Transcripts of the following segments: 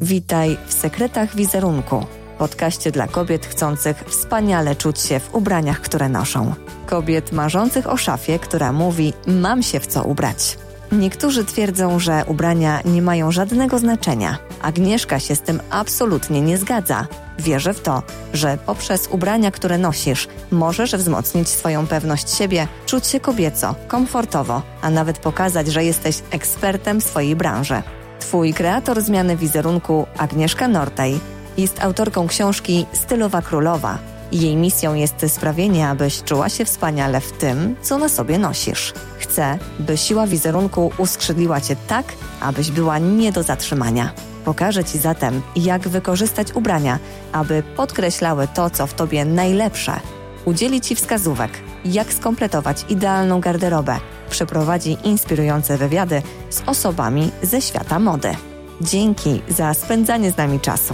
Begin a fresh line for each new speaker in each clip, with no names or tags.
Witaj w Sekretach Wizerunku, podcaście dla kobiet chcących wspaniale czuć się w ubraniach, które noszą. Kobiet marzących o szafie, która mówi: mam się w co ubrać. Niektórzy twierdzą, że ubrania nie mają żadnego znaczenia. Agnieszka się z tym absolutnie nie zgadza. Wierzę w to, że poprzez ubrania, które nosisz, możesz wzmocnić swoją pewność siebie, czuć się kobieco, komfortowo, a nawet pokazać, że jesteś ekspertem swojej branży. Twój kreator zmiany wizerunku, Agnieszka Nortej, jest autorką książki Stylowa Królowa. Jej misją jest sprawienie, abyś czuła się wspaniale w tym, co na sobie nosisz. Chce, by siła wizerunku uskrzydliła Cię tak, abyś była nie do zatrzymania. Pokażę Ci zatem, jak wykorzystać ubrania, aby podkreślały to, co w Tobie najlepsze. Udzieli Ci wskazówek, jak skompletować idealną garderobę. Przeprowadzi inspirujące wywiady z osobami ze świata mody. Dzięki za spędzanie z nami czasu.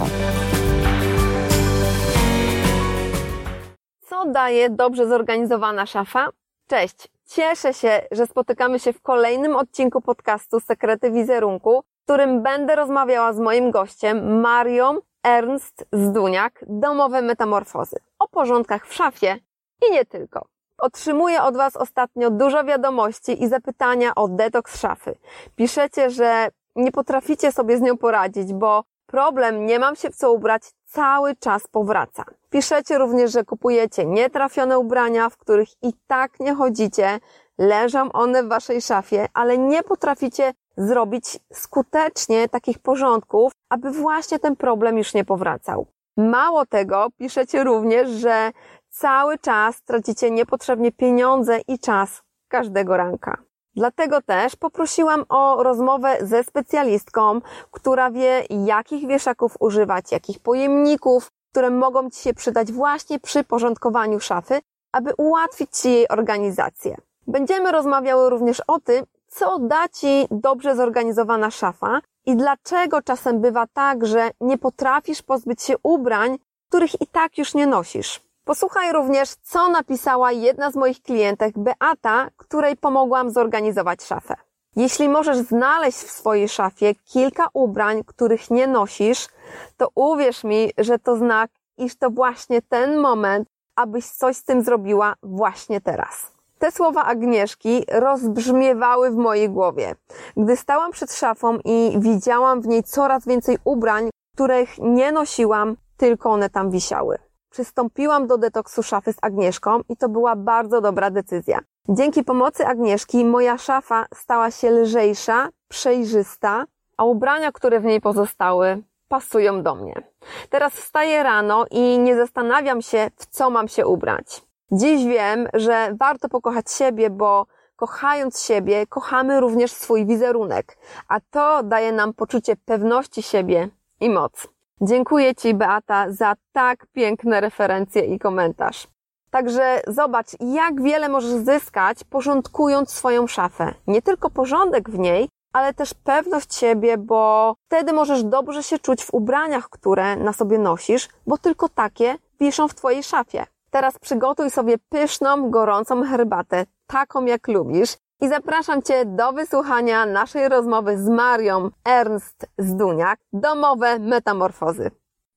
Co daje dobrze zorganizowana szafa? Cześć! Cieszę się, że spotykamy się w kolejnym odcinku podcastu Sekrety Wizerunku, w którym będę rozmawiała z moim gościem Marią Ernst-Zduniak, Domowe Metamorfozy, o porządkach w szafie i nie tylko. Otrzymuję od Was ostatnio dużo wiadomości i zapytania o detoks szafy. Piszecie, że nie potraficie sobie z nią poradzić, bo problem nie mam się w co ubrać cały czas powraca. Piszecie również, że kupujecie nietrafione ubrania, w których i tak nie chodzicie, leżą one w Waszej szafie, ale nie potraficie zrobić skutecznie takich porządków, aby właśnie ten problem już nie powracał. Mało tego, piszecie również, że cały czas tracicie niepotrzebnie pieniądze i czas każdego ranka. Dlatego też poprosiłam o rozmowę ze specjalistką, która wie, jakich wieszaków używać, jakich pojemników, które mogą Ci się przydać właśnie przy porządkowaniu szafy, aby ułatwić Ci jej organizację. Będziemy rozmawiały również o tym, co da Ci dobrze zorganizowana szafa i dlaczego czasem bywa tak, że nie potrafisz pozbyć się ubrań, których i tak już nie nosisz. Posłuchaj również, co napisała jedna z moich klientek, Beata, której pomogłam zorganizować szafę. Jeśli możesz znaleźć w swojej szafie kilka ubrań, których nie nosisz, to uwierz mi, że to znak, iż to właśnie ten moment, abyś coś z tym zrobiła właśnie teraz. Te słowa Agnieszki rozbrzmiewały w mojej głowie, gdy stałam przed szafą i widziałam w niej coraz więcej ubrań, których nie nosiłam, tylko one tam wisiały. Przystąpiłam do detoksu szafy z Agnieszką i to była bardzo dobra decyzja. Dzięki pomocy Agnieszki moja szafa stała się lżejsza, przejrzysta, a ubrania, które w niej pozostały, pasują do mnie. Teraz wstaję rano i nie zastanawiam się, w co mam się ubrać. Dziś wiem, że warto pokochać siebie, bo kochając siebie, kochamy również swój wizerunek, a to daje nam poczucie pewności siebie i moc. Dziękuję Ci, Beata, za tak piękne referencje i komentarz. Także zobacz, jak wiele możesz zyskać, porządkując swoją szafę. Nie tylko porządek w niej, ale też pewność siebie, bo wtedy możesz dobrze się czuć w ubraniach, które na sobie nosisz, bo tylko takie wiszą w Twojej szafie. Teraz przygotuj sobie pyszną, gorącą herbatę, taką jak lubisz, i zapraszam Cię do wysłuchania naszej rozmowy z Marią Ernst-Zduniak, Domowe Metamorfozy.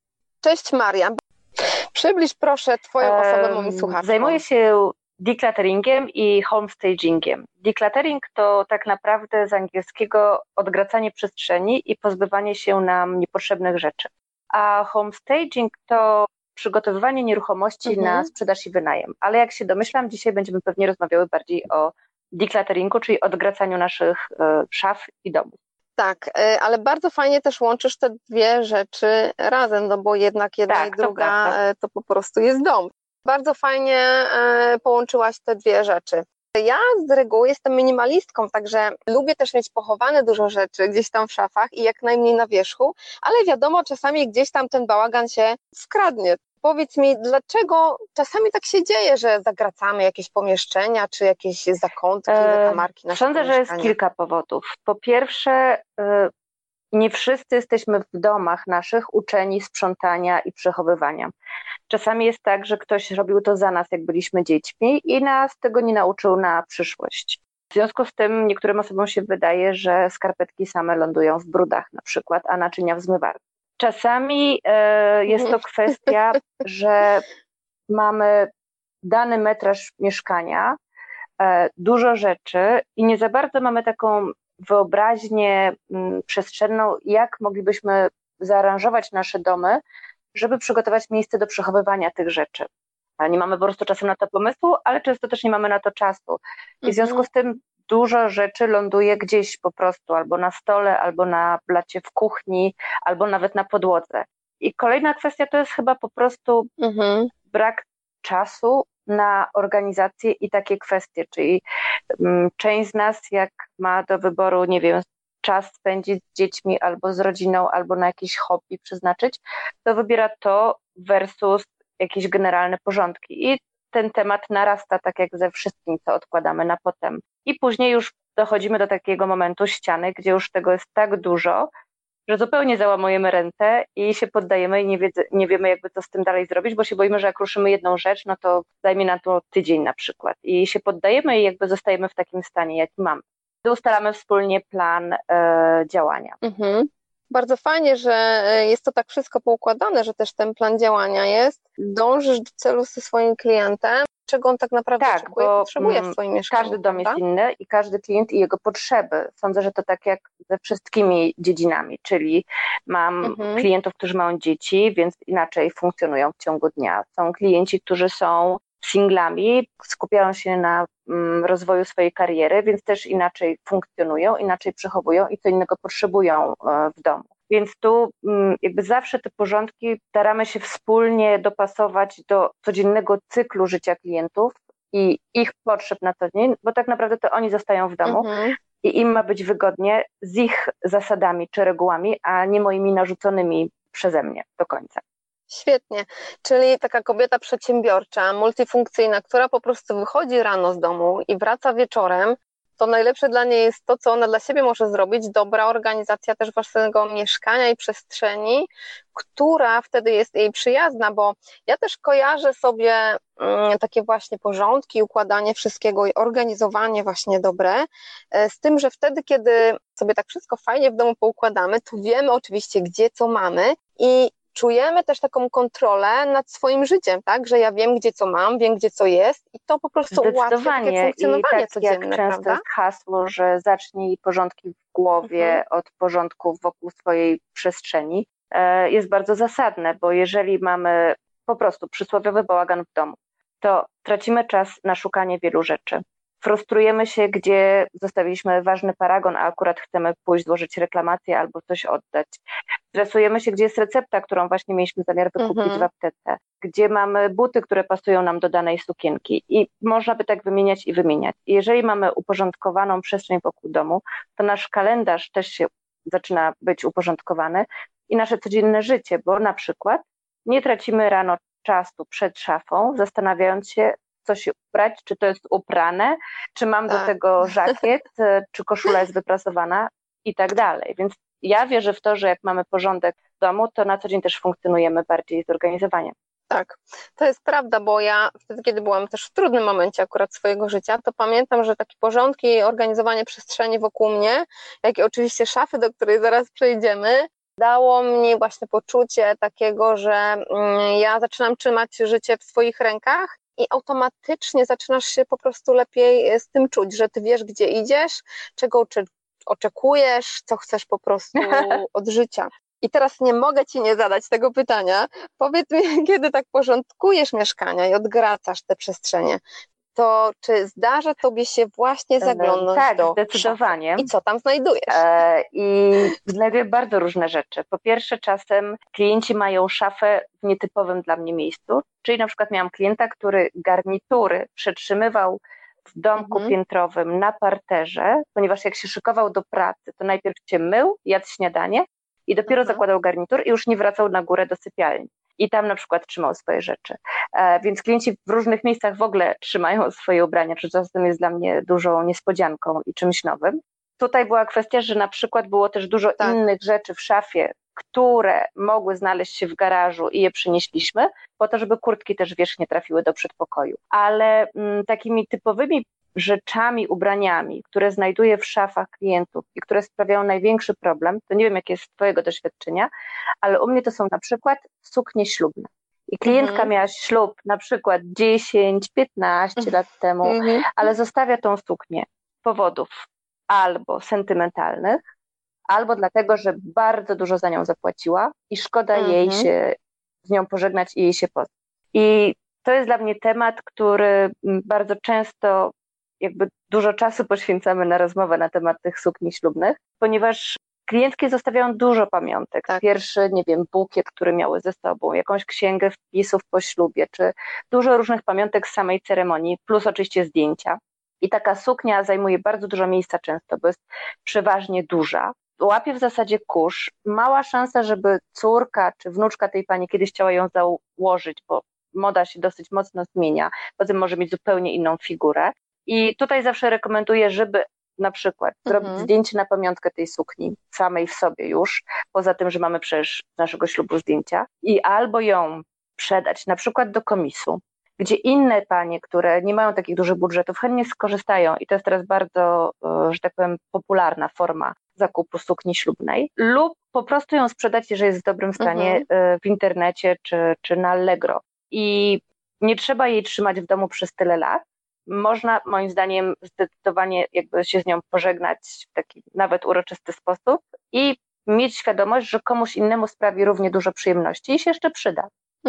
Cześć Maria, przybliż proszę Twoją osobę moim słuchaczom.
Zajmuję się declutteringiem i homestagingiem. Decluttering to tak naprawdę z angielskiego odgracanie przestrzeni i pozbywanie się nam niepotrzebnych rzeczy. A homestaging to przygotowywanie nieruchomości na sprzedaż i wynajem. Ale jak się domyślam, dzisiaj będziemy pewnie rozmawiały bardziej o declutteringu, czyli odgracaniu naszych szaf i domów.
Tak, ale bardzo fajnie też łączysz te dwie rzeczy razem, no bo jednak jedna i druga to po prostu jest dom. Bardzo fajnie połączyłaś te dwie rzeczy. Ja z reguły jestem minimalistką, także lubię też mieć pochowane dużo rzeczy gdzieś tam w szafach i jak najmniej na wierzchu, ale wiadomo, czasami gdzieś tam ten bałagan się wkradnie. Powiedz mi, dlaczego czasami tak się dzieje, że zagracamy jakieś pomieszczenia, czy jakieś zakątki, zakamarki naszego
Sądzę, że jest kilka powodów. Po pierwsze, nie wszyscy jesteśmy w domach naszych uczeni sprzątania i przechowywania. Czasami jest tak, że ktoś robił to za nas, jak byliśmy dziećmi i nas tego nie nauczył na przyszłość. W związku z tym niektórym osobom się wydaje, że skarpetki same lądują w brudach na przykład, a naczynia w zmywarce. Czasami jest to kwestia, że mamy dany metraż mieszkania, dużo rzeczy i nie za bardzo mamy taką wyobraźnię przestrzenną, jak moglibyśmy zaaranżować nasze domy, żeby przygotować miejsce do przechowywania tych rzeczy. Nie mamy po prostu czasem na to pomysłu, ale często też nie mamy na to czasu. I w związku z tym dużo rzeczy ląduje gdzieś po prostu, albo na stole, albo na blacie w kuchni, albo nawet na podłodze. I kolejna kwestia to jest chyba po prostu brak czasu na organizację i takie kwestie, czyli część z nas, jak ma do wyboru, nie wiem, czas spędzić z dziećmi albo z rodziną, albo na jakieś hobby przeznaczyć, to wybiera to versus jakieś generalne porządki. I ten temat narasta tak jak ze wszystkim, co odkładamy na potem. I później już dochodzimy do takiego momentu ściany, gdzie już tego jest tak dużo, że zupełnie załamujemy ręce i się poddajemy i nie wiemy jakby co z tym dalej zrobić, bo się boimy, że jak ruszymy jedną rzecz, no to zajmie na to tydzień na przykład. I się poddajemy i jakby zostajemy w takim stanie, jaki mamy. Ustalamy wspólnie plan działania.
Bardzo fajnie, że jest to tak wszystko poukładane, że też ten plan działania jest. Dążysz do celu ze swoim klientem, czego on tak naprawdę oczekuje, potrzebuje w swoim mieszkaniu.
Każdy dom jest inny i każdy klient i jego potrzeby. Sądzę, że to tak jak ze wszystkimi dziedzinami, czyli mam klientów, którzy mają dzieci, więc inaczej funkcjonują w ciągu dnia. Są klienci, którzy są singlami, skupiają się na rozwoju swojej kariery, więc też inaczej funkcjonują, inaczej przechowują i co innego potrzebują w domu. Więc tu jakby zawsze te porządki staramy się wspólnie dopasować do codziennego cyklu życia klientów i ich potrzeb na co dzień, bo tak naprawdę to oni zostają w domu i im ma być wygodnie z ich zasadami czy regułami, a nie moimi narzuconymi przeze mnie do końca.
Świetnie, czyli taka kobieta przedsiębiorcza, multifunkcyjna, która po prostu wychodzi rano z domu i wraca wieczorem, to najlepsze dla niej jest to, co ona dla siebie może zrobić, dobra organizacja też własnego mieszkania i przestrzeni, która wtedy jest jej przyjazna, bo ja też kojarzę sobie takie właśnie porządki, układanie wszystkiego i organizowanie właśnie dobre, z tym, że wtedy, kiedy sobie tak wszystko fajnie w domu poukładamy, to wiemy oczywiście, gdzie co mamy i czujemy też taką kontrolę nad swoim życiem, tak, że ja wiem, gdzie co mam, wiem, gdzie co jest i to po prostu ułatwia takie funkcjonowanie codzienne,
jak często
prawda?
jest hasło, że zacznij porządki w głowie od porządków wokół swojej przestrzeni, jest bardzo zasadne, bo jeżeli mamy po prostu przysłowiowy bałagan w domu, to tracimy czas na szukanie wielu rzeczy. Frustrujemy się, gdzie zostawiliśmy ważny paragon, a akurat chcemy pójść złożyć reklamację albo coś oddać. Stresujemy się, gdzie jest recepta, którą właśnie mieliśmy zamiar wykupić w aptece. Gdzie mamy buty, które pasują nam do danej sukienki. I można by tak wymieniać i wymieniać. I jeżeli mamy uporządkowaną przestrzeń wokół domu, to nasz kalendarz też się zaczyna być uporządkowany i nasze codzienne życie, bo na przykład nie tracimy rano czasu przed szafą, zastanawiając się, co się ubrać, czy to jest uprane, czy mam do tego żakiet, czy koszula jest wyprasowana i tak dalej. Więc ja wierzę w to, że jak mamy porządek w domu, to na co dzień też funkcjonujemy bardziej zorganizowanie.
Tak, to jest prawda, bo ja wtedy, kiedy byłam też w trudnym momencie akurat swojego życia, to pamiętam, że takie porządki i organizowanie przestrzeni wokół mnie, jak i oczywiście szafy, do której zaraz przejdziemy, dało mi właśnie poczucie takiego, że ja zaczynam trzymać życie w swoich rękach i automatycznie zaczynasz się po prostu lepiej z tym czuć, że ty wiesz, gdzie idziesz, czego oczekujesz, co chcesz po prostu od życia. I teraz nie mogę ci nie zadać tego pytania. Powiedz mi, kiedy tak porządkujesz mieszkania i odgracasz te przestrzenie, to czy zdarza tobie się właśnie zaglądnąć do
zdecydowanie.
szafy? I co tam znajdujesz?
I znajduję bardzo różne rzeczy. Po pierwsze, czasem klienci mają szafę w nietypowym dla mnie miejscu, czyli na przykład miałam klienta, który garnitury przetrzymywał w domku piętrowym na parterze, ponieważ jak się szykował do pracy, to najpierw się mył, jadł śniadanie i dopiero zakładał garnitur i już nie wracał na górę do sypialni. I tam na przykład trzymał swoje rzeczy. Więc klienci w różnych miejscach w ogóle trzymają swoje ubrania, co czasem jest dla mnie dużą niespodzianką i czymś nowym. Tutaj była kwestia, że na przykład było też dużo innych rzeczy w szafie, które mogły znaleźć się w garażu i je przynieśliśmy, po to, żeby kurtki też wierzchnie trafiły do przedpokoju. Ale takimi typowymi rzeczami, ubraniami, które znajduję w szafach klientów i które sprawiają największy problem, to nie wiem, jakie jest z twojego doświadczenia, ale u mnie to są na przykład suknie ślubne. I klientka miała ślub na przykład 10-15 lat temu, ale zostawia tą suknię z powodów albo sentymentalnych, albo dlatego, że bardzo dużo za nią zapłaciła i szkoda jej się z nią pożegnać i jej się pozbyć. I to jest dla mnie temat, który bardzo często jakby dużo czasu poświęcamy na rozmowę na temat tych sukni ślubnych, ponieważ klientki zostawiają dużo pamiątek.
Tak.
Pierwszy, nie wiem, bukiet, który miały ze sobą, jakąś księgę wpisów po ślubie, czy dużo różnych pamiątek z samej ceremonii, plus oczywiście zdjęcia. I taka suknia zajmuje bardzo dużo miejsca często, bo jest przeważnie duża. Łapie w zasadzie kurz. Mała szansa, żeby córka czy wnuczka tej pani kiedyś chciała ją założyć, bo moda się dosyć mocno zmienia, potem może mieć zupełnie inną figurę. I tutaj zawsze rekomenduję, żeby na przykład zrobić zdjęcie na pamiątkę tej sukni, samej w sobie już, poza tym, że mamy przecież z naszego ślubu zdjęcia, i albo ją sprzedać na przykład do komisu, gdzie inne panie, które nie mają takich dużych budżetów, chętnie skorzystają i to jest teraz bardzo, że tak powiem, popularna forma zakupu sukni ślubnej, lub po prostu ją sprzedać, jeżeli jest w dobrym stanie w internecie czy na Allegro. I nie trzeba jej trzymać w domu przez tyle lat. Można, moim zdaniem, zdecydowanie jakby się z nią pożegnać w taki nawet uroczysty sposób i mieć świadomość, że komuś innemu sprawi równie dużo przyjemności i się jeszcze przyda.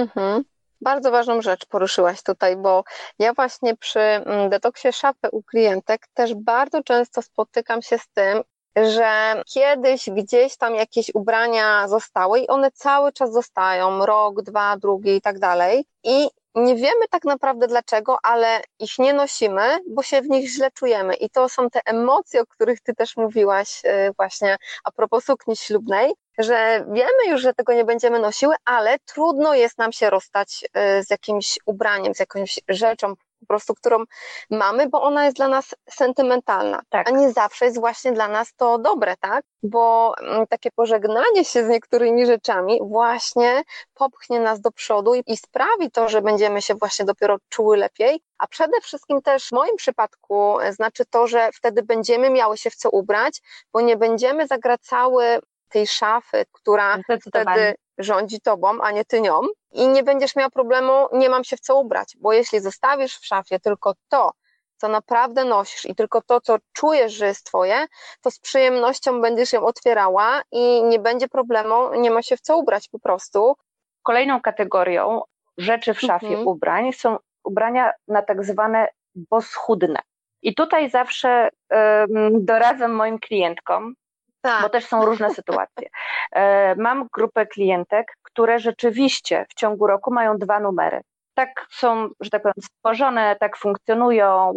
Bardzo ważną rzecz poruszyłaś tutaj, bo ja właśnie przy detoksie szafy u klientek też bardzo często spotykam się z tym, że kiedyś gdzieś tam jakieś ubrania zostały i one cały czas zostają, rok, dwa, drugi i tak dalej. I nie wiemy tak naprawdę dlaczego, ale ich nie nosimy, bo się w nich źle czujemy. I to są te emocje, o których ty też mówiłaś właśnie a propos sukni ślubnej, że wiemy już, że tego nie będziemy nosiły, ale trudno jest nam się rozstać z jakimś ubraniem, z jakąś rzeczą po prostu, którą mamy, bo ona jest dla nas sentymentalna,
tak.
A nie zawsze jest właśnie dla nas to dobre, tak? Bo takie pożegnanie się z niektórymi rzeczami właśnie popchnie nas do przodu i sprawi to, że będziemy się właśnie dopiero czuły lepiej, a przede wszystkim też w moim przypadku znaczy to, że wtedy będziemy miały się w co ubrać, bo nie będziemy zagracały tej szafy, która wtedy rządzi tobą, a nie ty nią, i nie będziesz miała problemu, nie mam się w co ubrać, bo jeśli zostawisz w szafie tylko to, co naprawdę nosisz i tylko to, co czujesz, że jest twoje, to z przyjemnością będziesz ją otwierała i nie będzie problemu, nie ma się w co ubrać po prostu.
Kolejną kategorią rzeczy w szafie ubrań są ubrania na tak zwane boschudne. I tutaj zawsze doradzam moim klientkom, bo też są różne sytuacje. Mam grupę klientek, które rzeczywiście w ciągu roku mają 2 numery. Tak są, że tak powiem, stworzone, tak funkcjonują.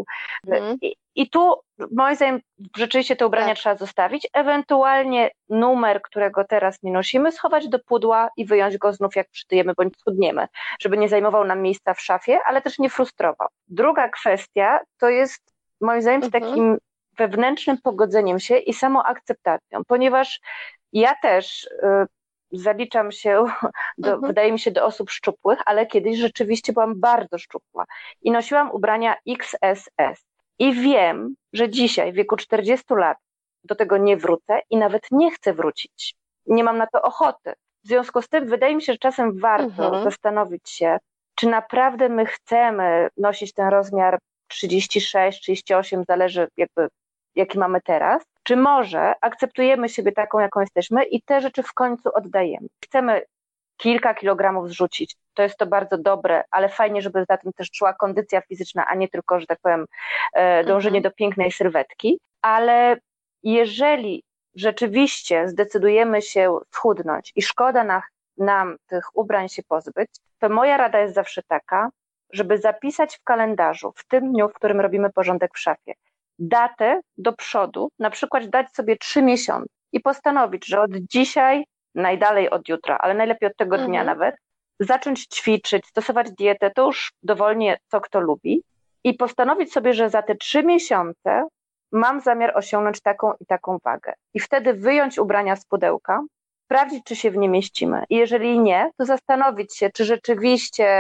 I tu moim zdaniem rzeczywiście te ubrania trzeba zostawić, ewentualnie numer, którego teraz nie nosimy, schować do pudła i wyjąć go znów jak przytyjemy bądź schudniemy, żeby nie zajmował nam miejsca w szafie, ale też nie frustrował. Druga kwestia to jest moim zdaniem z takim wewnętrznym pogodzeniem się i samoakceptacją, ponieważ ja też zaliczam się, wydaje mi się, do osób szczupłych, ale kiedyś rzeczywiście byłam bardzo szczupła i nosiłam ubrania XSS. I wiem, że dzisiaj w wieku 40 lat do tego nie wrócę i nawet nie chcę wrócić. Nie mam na to ochoty. W związku z tym wydaje mi się, że czasem warto zastanowić się, czy naprawdę my chcemy nosić ten rozmiar 36, 38, zależy jakby jaki mamy teraz, czy może akceptujemy siebie taką, jaką jesteśmy i te rzeczy w końcu oddajemy. Chcemy kilka kilogramów zrzucić, to jest to bardzo dobre, ale fajnie, żeby za tym też szła kondycja fizyczna, a nie tylko, że tak powiem, dążenie do pięknej sylwetki, ale jeżeli rzeczywiście zdecydujemy się schudnąć i szkoda nam tych ubrań się pozbyć, to moja rada jest zawsze taka, żeby zapisać w kalendarzu, w tym dniu, w którym robimy porządek w szafie, datę do przodu, na przykład dać sobie 3 miesiące i postanowić, że od dzisiaj, najdalej od jutra, ale najlepiej od tego dnia nawet, zacząć ćwiczyć, stosować dietę, to już dowolnie co kto lubi, i postanowić sobie, że za te 3 miesiące mam zamiar osiągnąć taką i taką wagę. I wtedy wyjąć ubrania z pudełka, sprawdzić, czy się w nie mieścimy. I jeżeli nie, to zastanowić się, czy rzeczywiście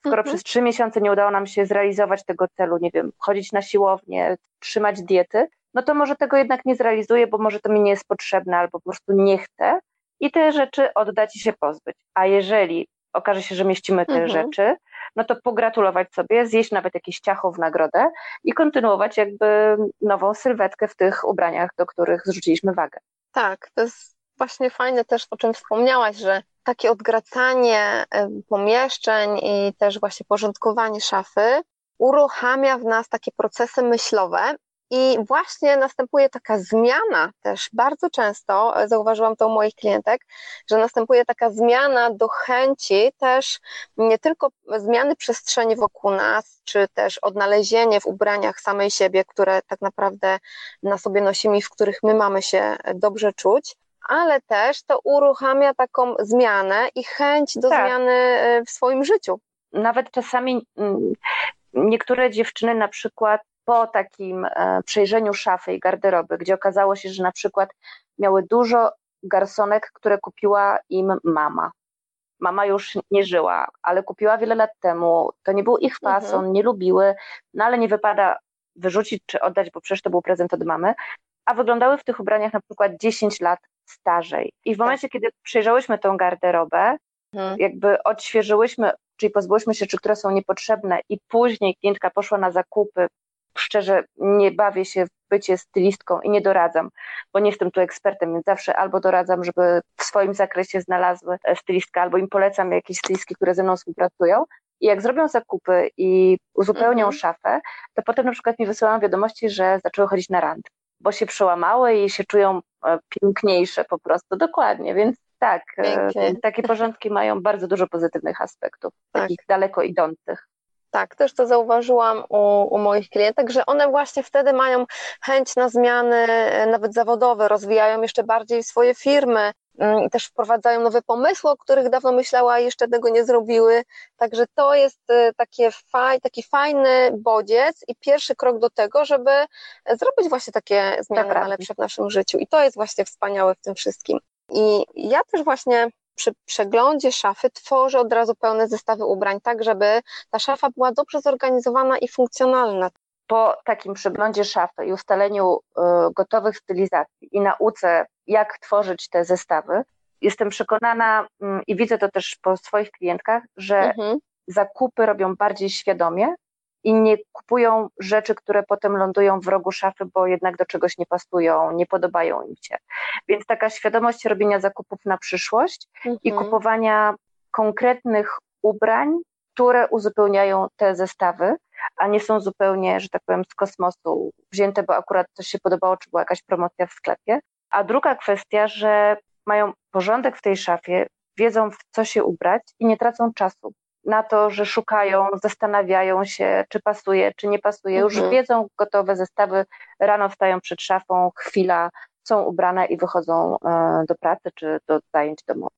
Skoro przez 3 miesiące nie udało nam się zrealizować tego celu, nie wiem, chodzić na siłownię, trzymać diety, no to może tego jednak nie zrealizuję, bo może to mi nie jest potrzebne albo po prostu nie chcę i te rzeczy oddać i się pozbyć. A jeżeli okaże się, że mieścimy te rzeczy, no to pogratulować sobie, zjeść nawet jakieś ciacho w nagrodę i kontynuować jakby nową sylwetkę w tych ubraniach, do których zrzuciliśmy wagę.
Tak, to jest właśnie fajne też, o czym wspomniałaś, że takie odgracanie pomieszczeń i też właśnie porządkowanie szafy uruchamia w nas takie procesy myślowe i właśnie następuje taka zmiana też, bardzo często zauważyłam to u moich klientek, że następuje taka zmiana do chęci też nie tylko zmiany przestrzeni wokół nas, czy też odnalezienie w ubraniach samej siebie, które tak naprawdę na sobie nosimy i w których my mamy się dobrze czuć, ale też to uruchamia taką zmianę i chęć do zmiany w swoim życiu.
Nawet czasami niektóre dziewczyny na przykład po takim przejrzeniu szafy i garderoby, gdzie okazało się, że na przykład miały dużo garsonek, które kupiła im mama. Mama już nie żyła, ale kupiła wiele lat temu. To nie był ich fason, nie lubiły, no ale nie wypada wyrzucić czy oddać, bo przecież to był prezent od mamy. A wyglądały w tych ubraniach na przykład 10 lat starzej. I w momencie, kiedy przejrzałyśmy tą garderobę, jakby odświeżyłyśmy, czyli pozbyłyśmy się, czy które są niepotrzebne i później klientka poszła na zakupy. Szczerze nie bawię się w bycie stylistką i nie doradzam, bo nie jestem tu ekspertem, więc zawsze albo doradzam, żeby w swoim zakresie znalazły stylistkę, albo im polecam jakieś stylistki, które ze mną współpracują. I jak zrobią zakupy i uzupełnią szafę, to potem na przykład mi wysyłają wiadomości, że zaczęły chodzić na randki, bo się przełamały i się czują piękniejsze po prostu. Dokładnie, więc tak, takie porządki mają bardzo dużo pozytywnych aspektów, takich daleko idących.
Tak, też to zauważyłam u moich klientek, że one właśnie wtedy mają chęć na zmiany nawet zawodowe, rozwijają jeszcze bardziej swoje firmy, też wprowadzają nowe pomysły, o których dawno myślała, a jeszcze tego nie zrobiły. Także to jest taki fajny bodziec i pierwszy krok do tego, żeby zrobić właśnie takie zmiany na lepsze w naszym życiu. I to jest właśnie wspaniałe w tym wszystkim. I ja też właśnie przy przeglądzie szafy tworzę od razu pełne zestawy ubrań, tak żeby ta szafa była dobrze zorganizowana i funkcjonalna.
Po takim przeglądzie szafy i ustaleniu gotowych stylizacji i nauce, jak tworzyć te zestawy, jestem przekonana i widzę to też po swoich klientkach, że zakupy robią bardziej świadomie i nie kupują rzeczy, które potem lądują w rogu szafy, bo jednak do czegoś nie pasują, nie podobają im się. Więc taka świadomość robienia zakupów na przyszłość i kupowania konkretnych ubrań, które uzupełniają te zestawy, a nie są zupełnie, że tak powiem, z kosmosu wzięte, bo akurat coś się podobało, czy była jakaś promocja w sklepie. A druga kwestia, że mają porządek w tej szafie, wiedzą, w co się ubrać i nie tracą czasu na to, że szukają, zastanawiają się, czy pasuje, czy nie pasuje. Już wiedzą gotowe zestawy, rano wstają przed szafą, chwila, są ubrane i wychodzą do pracy czy do zajęć domowych.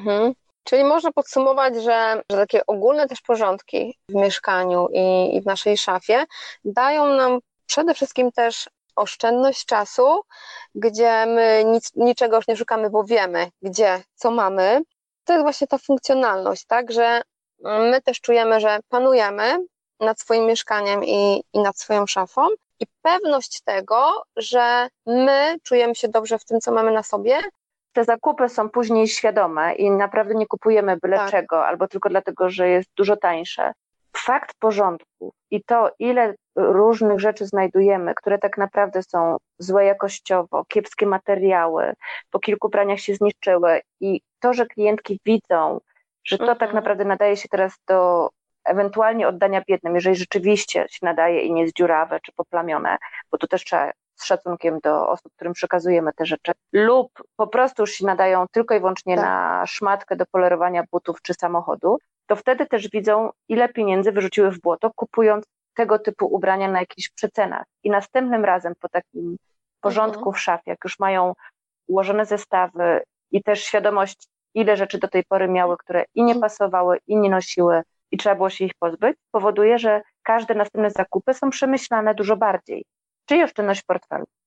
Czyli można podsumować, że takie ogólne też porządki w mieszkaniu i w naszej szafie dają nam przede wszystkim też oszczędność czasu, gdzie my niczego już nie szukamy, bo wiemy, gdzie, co mamy. To jest właśnie ta funkcjonalność, tak, że my też czujemy, że panujemy nad swoim mieszkaniem i nad swoją szafą i pewność tego, że my czujemy się dobrze w tym, co mamy na sobie.
Te zakupy są później świadome i naprawdę nie kupujemy byle czego, albo tylko dlatego, że jest dużo tańsze. Fakt porządku i to, ile różnych rzeczy znajdujemy, które tak naprawdę są złe jakościowo, kiepskie materiały, po kilku praniach się zniszczyły i to, że klientki widzą, że to tak naprawdę nadaje się teraz do ewentualnie oddania biednym, jeżeli rzeczywiście się nadaje i nie jest dziurawe czy poplamione, bo tu też trzeba z szacunkiem do osób, którym przekazujemy te rzeczy, lub po prostu już się nadają tylko i wyłącznie na szmatkę do polerowania butów czy samochodu, to wtedy też widzą, ile pieniędzy wyrzuciły w błoto, kupując tego typu ubrania na jakichś przecenach. I następnym razem po takim porządku w szafie, jak już mają ułożone zestawy i też świadomość, ile rzeczy do tej pory miały, które i nie pasowały, i nie nosiły, i trzeba było się ich pozbyć, powoduje, że każde następne zakupy są przemyślane dużo bardziej. Czyli oszczędność w portfelu.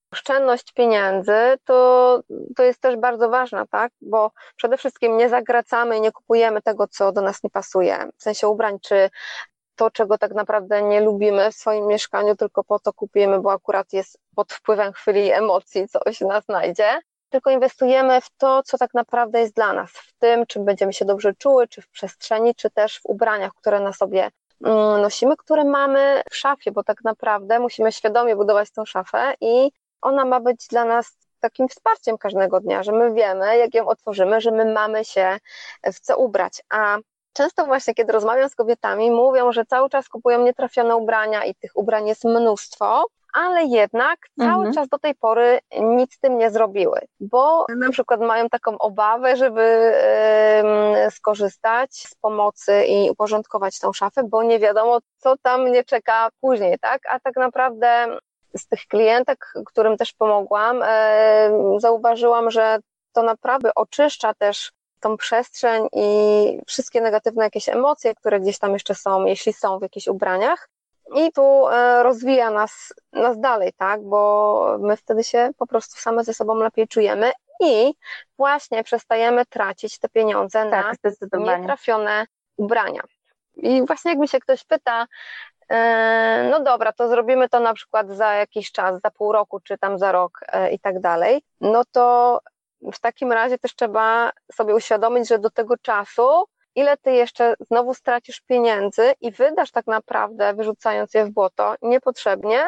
Oszczędność pieniędzy to jest też bardzo ważna, tak? Bo przede wszystkim nie zagracamy i nie kupujemy tego, co do nas nie pasuje. W sensie ubrań, czy to, czego tak naprawdę nie lubimy w swoim mieszkaniu, tylko po to kupujemy, bo akurat jest pod wpływem chwili emocji, coś nas znajdzie. Tylko inwestujemy w to, co tak naprawdę jest dla nas. W tym, czy będziemy się dobrze czuły, czy w przestrzeni, czy też w ubraniach, które na sobie nosimy, które mamy w szafie, bo tak naprawdę musimy świadomie budować tą szafę i ona ma być dla nas takim wsparciem każdego dnia, że my wiemy, jak ją otworzymy, że my mamy się w co ubrać. A często właśnie, kiedy rozmawiam z kobietami, mówią, że cały czas kupują nietrafione ubrania i tych ubrań jest mnóstwo, ale jednak cały czas do tej pory nic z tym nie zrobiły, bo na przykład mają taką obawę, żeby skorzystać z pomocy i uporządkować tą szafę, bo nie wiadomo, co tam mnie czeka później, tak? A tak naprawdę z tych klientek, którym też pomogłam, zauważyłam, że to naprawdę oczyszcza też tą przestrzeń i wszystkie negatywne jakieś emocje, które gdzieś tam jeszcze są, jeśli są w jakichś ubraniach. I tu rozwija nas dalej, tak? Bo my wtedy się po prostu same ze sobą lepiej czujemy i właśnie przestajemy tracić te pieniądze na nietrafione ubrania. I właśnie jak mi się ktoś pyta, no dobra, to zrobimy to na przykład za jakiś czas, za pół roku, czy tam za rok i tak dalej, no to w takim razie też trzeba sobie uświadomić, że do tego czasu ile ty jeszcze znowu stracisz pieniędzy i wydasz tak naprawdę, wyrzucając je w błoto niepotrzebnie,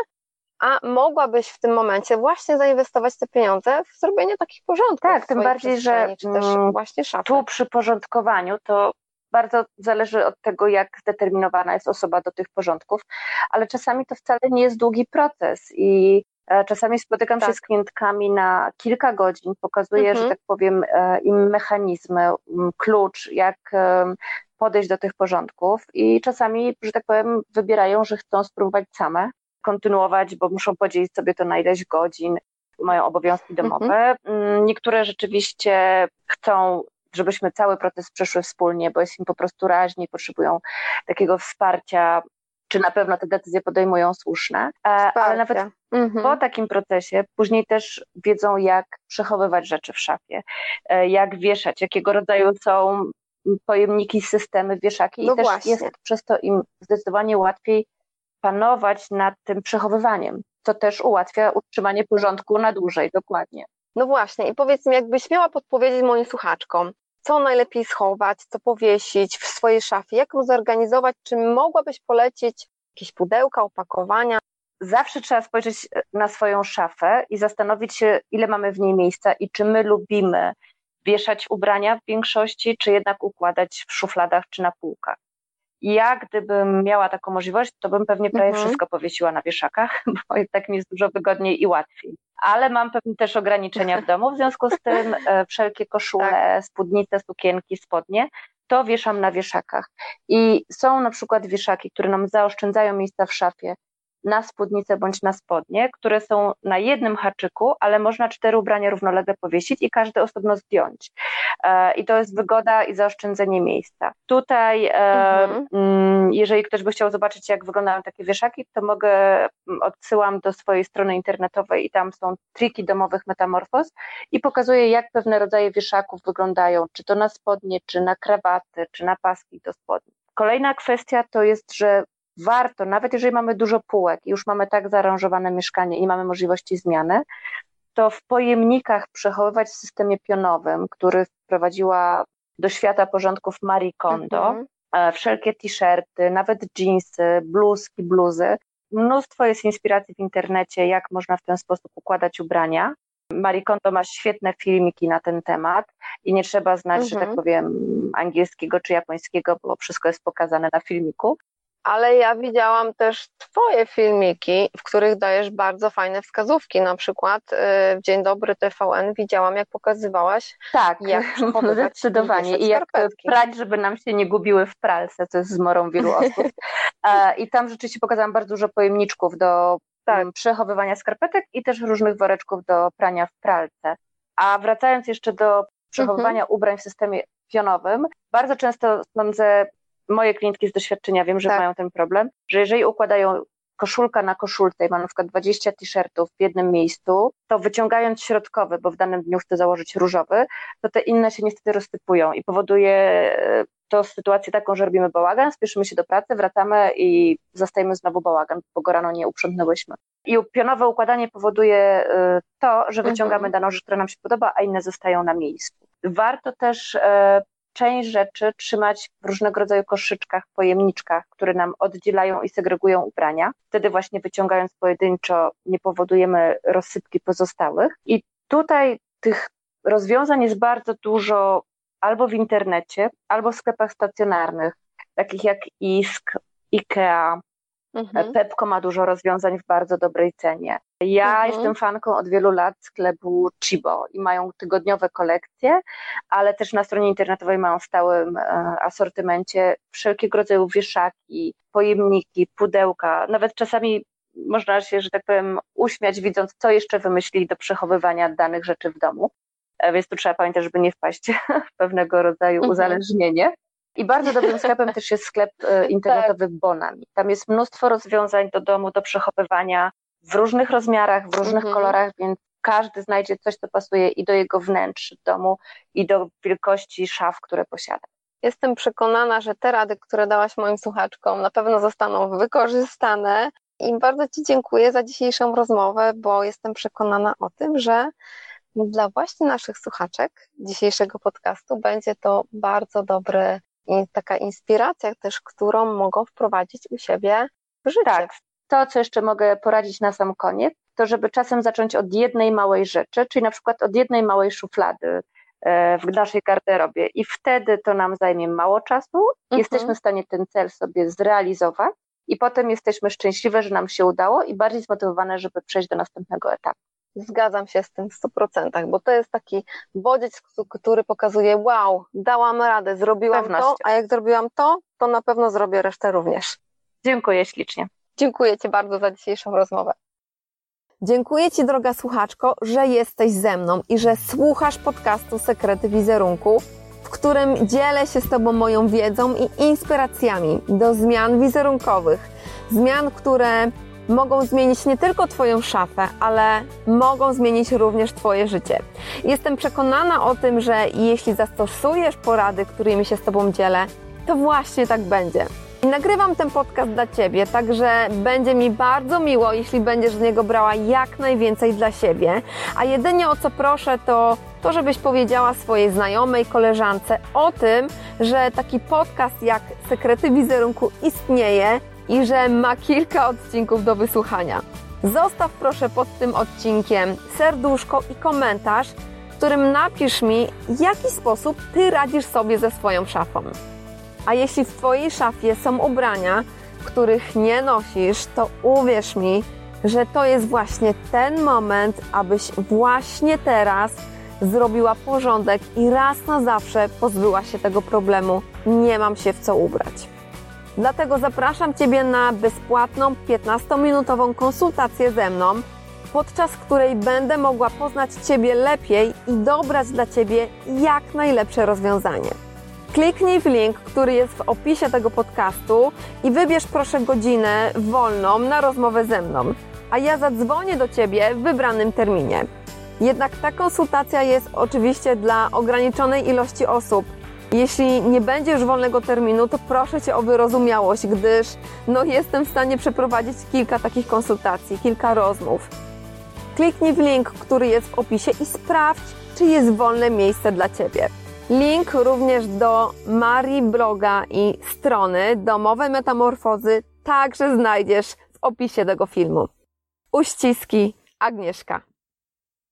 a mogłabyś w tym momencie właśnie zainwestować te pieniądze w zrobienie takich porządków.
Tak, tym bardziej, że
czy też właśnie szafy.
Tu przy porządkowaniu to bardzo zależy od tego, jak zdeterminowana jest osoba do tych porządków, ale czasami to wcale nie jest długi proces i czasami spotykam się z klientkami na kilka godzin, pokazuję, że tak powiem, im mechanizmy, klucz, jak podejść do tych porządków i czasami, że tak powiem, wybierają, że chcą spróbować same, kontynuować, bo muszą podzielić sobie to na ileś godzin, mają obowiązki domowe. Niektóre rzeczywiście chcą, żebyśmy cały proces przeszły wspólnie, bo jest im po prostu raźniej, potrzebują takiego wsparcia, czy na pewno te decyzje podejmują słuszne, ale nawet po takim procesie później też wiedzą, jak przechowywać rzeczy w szafie, jak wieszać, jakiego rodzaju są pojemniki, systemy, wieszaki i też jest przez to im zdecydowanie łatwiej panować nad tym przechowywaniem, co też ułatwia utrzymanie porządku na dłużej, dokładnie.
No właśnie i powiedz mi, jakbyś miała podpowiedzieć moim słuchaczkom, co najlepiej schować, co powiesić w swojej szafie, jak ją zorganizować, czy mogłabyś polecić jakieś pudełka, opakowania?
Zawsze trzeba spojrzeć na swoją szafę i zastanowić się, ile mamy w niej miejsca i czy my lubimy wieszać ubrania w większości, czy jednak układać w szufladach czy na półkach. Ja gdybym miała taką możliwość, to bym pewnie prawie wszystko powiesiła na wieszakach, bo tak mi jest dużo wygodniej i łatwiej. Ale mam pewnie też ograniczenia w domu, w związku z tym wszelkie koszule, spódnice, sukienki, spodnie, to wieszam na wieszakach. I są na przykład wieszaki, które nam zaoszczędzają miejsca w szafie na spódnicę bądź na spodnie, które są na jednym haczyku, ale można 4 ubrania równolegle powiesić i każde osobno zdjąć. I to jest wygoda i zaoszczędzenie miejsca. Tutaj, jeżeli ktoś by chciał zobaczyć, jak wyglądają takie wieszaki, to odsyłam do swojej strony internetowej i tam są triki domowych Metamorfos i pokazuję, jak pewne rodzaje wieszaków wyglądają, czy to na spodnie, czy na krawaty, czy na paski do spodni. Kolejna kwestia to jest, że warto, nawet jeżeli mamy dużo półek i już mamy tak zaaranżowane mieszkanie i mamy możliwości zmiany, to w pojemnikach przechowywać w systemie pionowym, który wprowadziła do świata porządków Marie Kondo, wszelkie t-shirty, nawet dżinsy, bluzki, bluzy. Mnóstwo jest inspiracji w internecie, jak można w ten sposób układać ubrania. Marie Kondo ma świetne filmiki na ten temat i nie trzeba znać, że tak powiem, angielskiego czy japońskiego, bo wszystko jest pokazane na filmiku.
Ale ja widziałam też twoje filmiki, w których dajesz bardzo fajne wskazówki. Na przykład w Dzień Dobry TVN widziałam, jak pokazywałaś, jak
zdecydowanie. I jak prać, żeby nam się nie gubiły w pralce, co jest zmorą wielu osób. I tam rzeczywiście pokazałam bardzo dużo pojemniczków do przechowywania skarpetek i też różnych woreczków do prania w pralce. A wracając jeszcze do przechowywania ubrań w systemie pionowym, bardzo często sądzę, moje klientki z doświadczenia wiem, że mają ten problem, że jeżeli układają koszulka na koszulce i ma na przykład 20 t-shirtów w jednym miejscu, to wyciągając środkowy, bo w danym dniu chcę założyć różowy, to te inne się niestety rozsypują i powoduje to sytuację taką, że robimy bałagan, spieszymy się do pracy, wracamy i zastajemy znowu bałagan, bo go rano nie uprzątnęłyśmy. I pionowe układanie powoduje to, że wyciągamy daną rzecz, która nam się podoba, a inne zostają na miejscu. Warto też część rzeczy trzymać w różnego rodzaju koszyczkach, pojemniczkach, które nam oddzielają i segregują ubrania. Wtedy właśnie wyciągając pojedynczo nie powodujemy rozsypki pozostałych. I tutaj tych rozwiązań jest bardzo dużo albo w internecie, albo w sklepach stacjonarnych, takich jak ISK, IKEA. Pepco ma dużo rozwiązań w bardzo dobrej cenie. Ja jestem fanką od wielu lat sklepu Chibo i mają tygodniowe kolekcje, ale też na stronie internetowej mają w stałym asortymencie wszelkiego rodzaju wieszaki, pojemniki, pudełka. Nawet czasami można się, że tak powiem, uśmiać, widząc, co jeszcze wymyślili do przechowywania danych rzeczy w domu. Więc tu trzeba pamiętać, żeby nie wpaść w pewnego rodzaju uzależnienie. I bardzo dobrym sklepem też jest sklep internetowy Bonami. Tam jest mnóstwo rozwiązań do domu, do przechowywania w różnych rozmiarach, w różnych kolorach, więc każdy znajdzie coś, co pasuje i do jego wnętrz domu, i do wielkości szaf, które posiada.
Jestem przekonana, że te rady, które dałaś moim słuchaczkom, na pewno zostaną wykorzystane i bardzo Ci dziękuję za dzisiejszą rozmowę, bo jestem przekonana o tym, że dla właśnie naszych słuchaczek dzisiejszego podcastu będzie to bardzo dobry i taka inspiracja też, którą mogą wprowadzić u siebie w życie.
Tak, to co jeszcze mogę poradzić na sam koniec, to żeby czasem zacząć od jednej małej rzeczy, czyli na przykład od jednej małej szuflady w naszej garderobie i wtedy to nam zajmie mało czasu, jesteśmy w stanie ten cel sobie zrealizować i potem jesteśmy szczęśliwe, że nam się udało i bardziej zmotywowane, żeby przejść do następnego etapu.
Zgadzam się z tym w 100%, bo to jest taki bodziec, który pokazuje, wow, dałam radę, zrobiłam to, a jak zrobiłam to na pewno zrobię resztę również.
Dziękuję ślicznie.
Dziękuję Ci bardzo za dzisiejszą rozmowę. Dziękuję Ci, droga słuchaczko, że jesteś ze mną i że słuchasz podcastu Sekrety Wizerunku, w którym dzielę się z Tobą moją wiedzą i inspiracjami do zmian wizerunkowych. Zmian, które mogą zmienić nie tylko Twoją szafę, ale mogą zmienić również Twoje życie. Jestem przekonana o tym, że jeśli zastosujesz porady, którymi się z Tobą dzielę, to właśnie tak będzie. I nagrywam ten podcast dla Ciebie, także będzie mi bardzo miło, jeśli będziesz z niego brała jak najwięcej dla siebie, a jedynie o co proszę to, żebyś powiedziała swojej znajomej, koleżance o tym, że taki podcast jak Sekrety Wizerunku istnieje i że ma kilka odcinków do wysłuchania. Zostaw proszę pod tym odcinkiem serduszko i komentarz, w którym napisz mi, w jaki sposób Ty radzisz sobie ze swoją szafą. A jeśli w Twojej szafie są ubrania, których nie nosisz, to uwierz mi, że to jest właśnie ten moment, abyś właśnie teraz zrobiła porządek i raz na zawsze pozbyła się tego problemu. Nie mam się w co ubrać. Dlatego zapraszam Ciebie na bezpłatną 15-minutową konsultację ze mną, podczas której będę mogła poznać Ciebie lepiej i dobrać dla Ciebie jak najlepsze rozwiązanie. Kliknij w link, który jest w opisie tego podcastu i wybierz proszę godzinę wolną na rozmowę ze mną, a ja zadzwonię do Ciebie w wybranym terminie. Jednak ta konsultacja jest oczywiście dla ograniczonej ilości osób. Jeśli nie będzie już wolnego terminu, to proszę Cię o wyrozumiałość, gdyż jestem w stanie przeprowadzić kilka takich konsultacji, kilka rozmów. Kliknij w link, który jest w opisie i sprawdź, czy jest wolne miejsce dla Ciebie. Link również do Marii bloga i strony Domowe Metamorfozy także znajdziesz w opisie tego filmu. Uściski, Agnieszka.